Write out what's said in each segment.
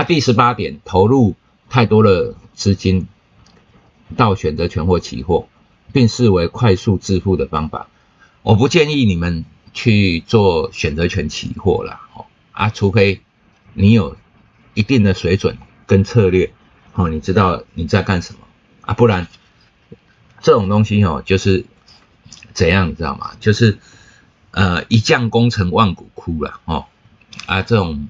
第18点，投入太多的资金到选择权或期货，并视为快速致富的方法。我不建议你们去做选择权期货啦，除非你有一定的水准跟策略，你知道你在干什么不然这种东西就是怎样，你知道吗？就是一将功成万骨枯啦，这种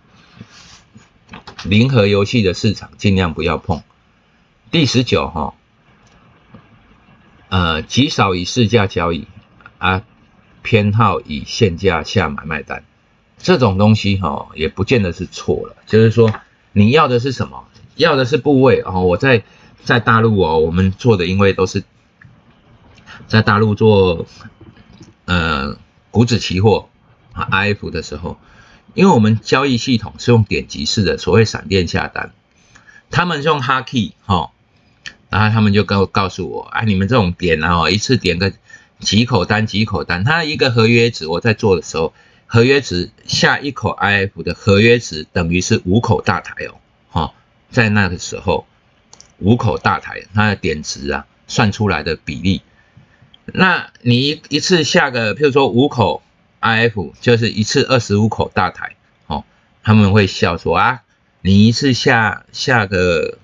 零和游戏的市场尽量不要碰。第19极少以市价交易偏好以现价下买卖单，这种东西也不见得是错了，就是说你要的是什么？要的是部位我在大陆我们做的因为都是在大陆做股指期货IF 的时候，因为我们交易系统是用点击式的，所谓闪电下单，他们是用 hard key 然后他们就告诉我你们这种点一次点个几口单，它一个合约值，我在做的时候，合约值下一口 IF 的合约值等于是5口大台在那个时候5口大台它的点值算出来的比例，那你一次下个譬如说5口 IF 就是一次25口大台他们会笑说你一次下个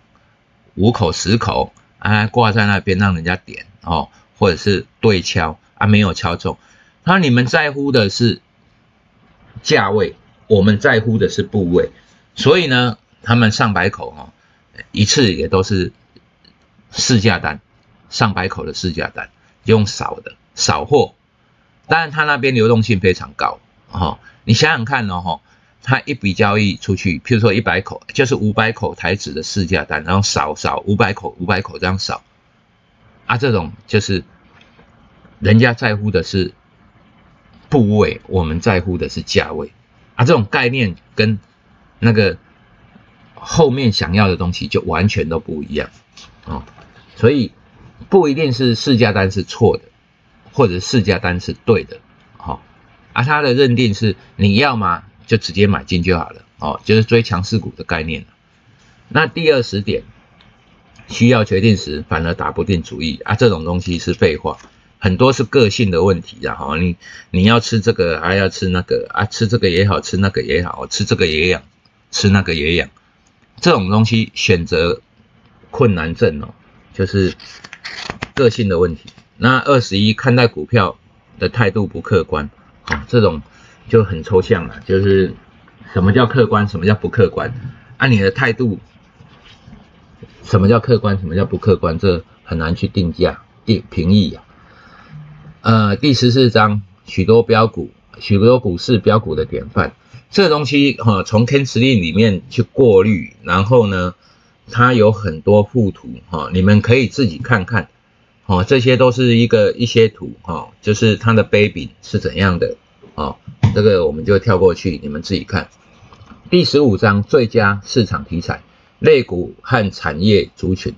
5口10口挂在那边让人家点或者是对敲没有敲中，那你们在乎的是价位，我们在乎的是部位，所以呢他们上百口一次也都是市价单，上百口的市价单，用少货，当然他那边流动性非常高你想想看他一笔交易出去，譬如说100口就是500口台指的市价单，然后少500口这样少这种就是人家在乎的是部位，我们在乎的是价位这种概念跟那个后面想要的东西就完全都不一样所以不一定是市价单是错的，或者市价单是对的他的认定是你要嘛就直接买进就好了就是追强势股的概念。那第20点，需要决定时反而打不定主意这种东西是废话，很多是个性的问题你要吃这个还要吃那个吃这个也好，吃那个也好，吃这个也痒，吃那个也痒，这种东西选择困难症就是个性的问题。那21，看待股票的态度不客观这种就很抽象了，就是什么叫客观，什么叫不客观你的态度什么叫客观，什么叫不客观，这很难去定价评议第14章，许多股市标股的典范，这个东西从 K 指令里面去过滤，然后呢它有很多附图你们可以自己看看这些都是一些图就是它的杯柄是怎样的这个我们就跳过去，你们自己看。第15章，最佳市场题材，类股和产业族群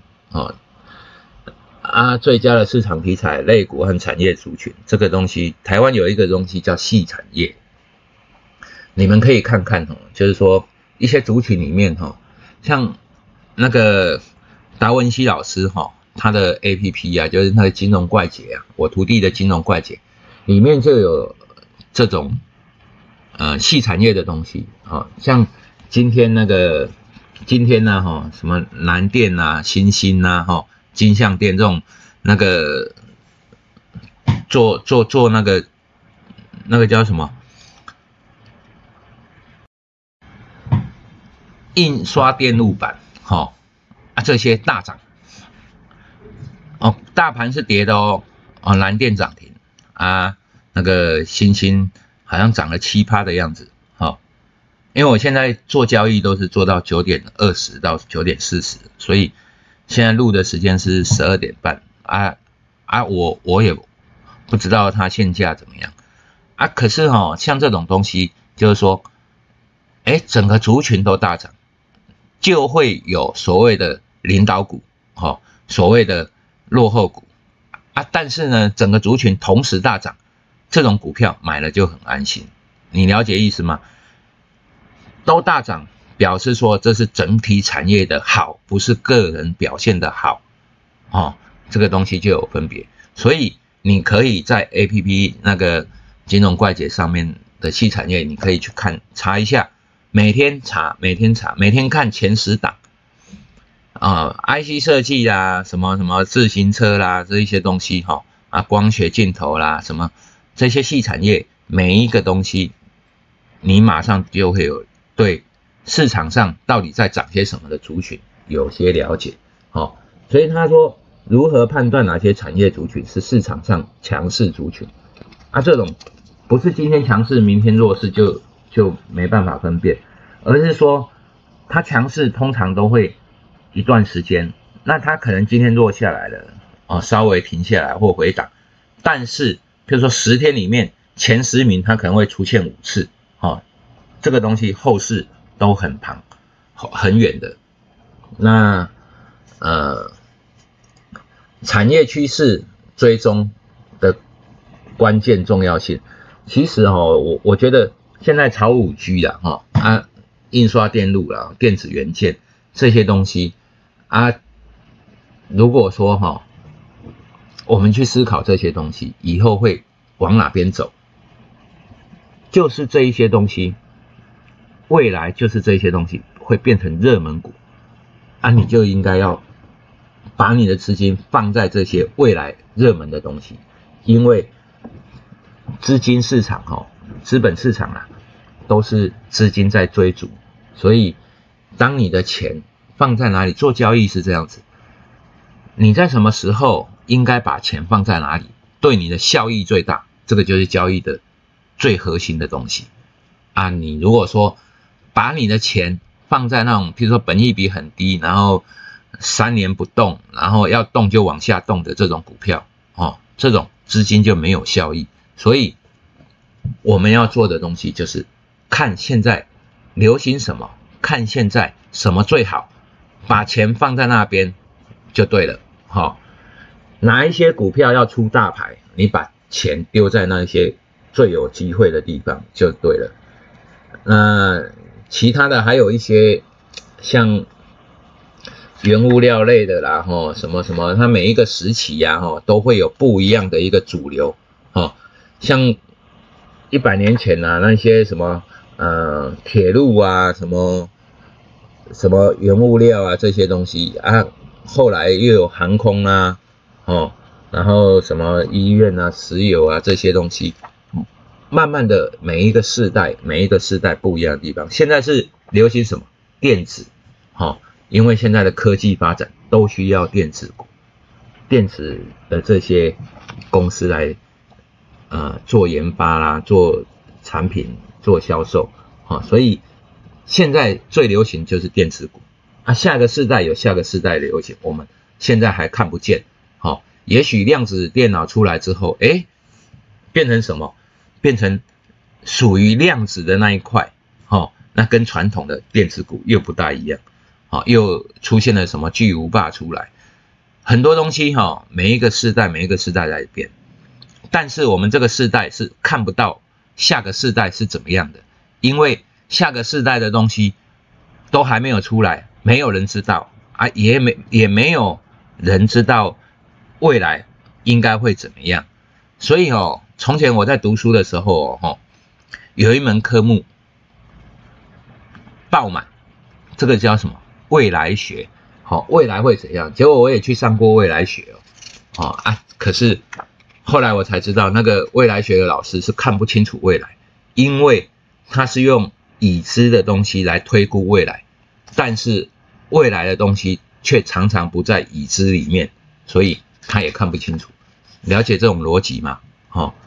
最佳的市场题材，类股和产业族群，这个东西台湾有一个东西叫细产业，你们可以看看就是说一些族群里面像那个达文西老师他的 APP 就是那个金融怪杰我徒弟的金融怪杰里面就有这种细产业的东西像今天呢什么南电新兴金像电这种那个做那个叫什么印刷电路板这些大涨大盘是跌的南电涨停那个新兴好像涨了7%的样子因为我现在做交易都是做到9点20到9点40，所以现在录的时间是12点半我也不知道它现价怎么样可是像这种东西就是说整个族群都大涨，就会有所谓的领导股所谓的落后股但是呢整个族群同时大涨，这种股票买了就很安心，你了解意思吗？都大涨表示说这是整体产业的好，不是个人表现的好，这个东西就有分别。所以你可以在 APP 那个金融怪杰上面的细产业，你可以去查一下，每天看前10档，IC 设计啦，什么自行车啦，这一些东西光学镜头啦，什么这些细产业，每一个东西你马上就会有对市场上到底在涨些什么的族群有些了解。所以他说如何判断哪些产业族群是市场上强势族群这种不是今天强势明天弱势就没办法分辨，而是说它强势通常都会一段时间，那它可能今天弱下来了稍微停下来或回档，但是比如说10天里面前10名它可能会出现5次这个东西后市都很远的。那产业趋势追踪的关键重要性，其实我觉得现在炒5G 啦印刷电路啦，电子元件这些东西如果说我们去思考这些东西以后会往哪边走，就是这一些东西，未来就是这些东西会变成热门股你就应该要把你的资金放在这些未来热门的东西，因为资金市场资本市场都是资金在追逐，所以当你的钱放在哪里做交易是这样子，你在什么时候应该把钱放在哪里，对你的效益最大，这个就是交易的最核心的东西你如果说把你的钱放在那种譬如说本益比很低，然后3年不动，然后要动就往下动的这种股票这种资金就没有效益。所以我们要做的东西就是看现在流行什么，看现在什么最好，把钱放在那边就对了哪一些股票要出大牌，你把钱丢在那些最有机会的地方就对了。那其他的还有一些像原物料类的啦什么它每一个时期都会有不一样的一个主流像100年前那些什么铁路什么原物料这些东西后来又有航空然后什么医院石油这些东西，慢慢的每一个世代不一样的地方。现在是流行什么电子因为现在的科技发展都需要电子股，电子的这些公司来做研发啦，做产品，做销售所以现在最流行就是电子股下个世代有下个世代的流行，我们现在还看不见也许量子电脑出来之后变成什么，变成属于量子的那一块那跟传统的电子股又不大一样又出现了什么巨无霸出来，很多东西每一个世代在变，但是我们这个世代是看不到下个世代是怎么样的，因为下个世代的东西都还没有出来，没有人知道也没有人知道未来应该会怎么样。所以从前我在读书的时候有一门科目爆满，这个叫什么未来学未来会怎样，结果我也去上过未来学可是后来我才知道那个未来学的老师是看不清楚未来，因为他是用已知的东西来推估未来，但是未来的东西却常常不在已知里面，所以他也看不清楚。了解这种逻辑吗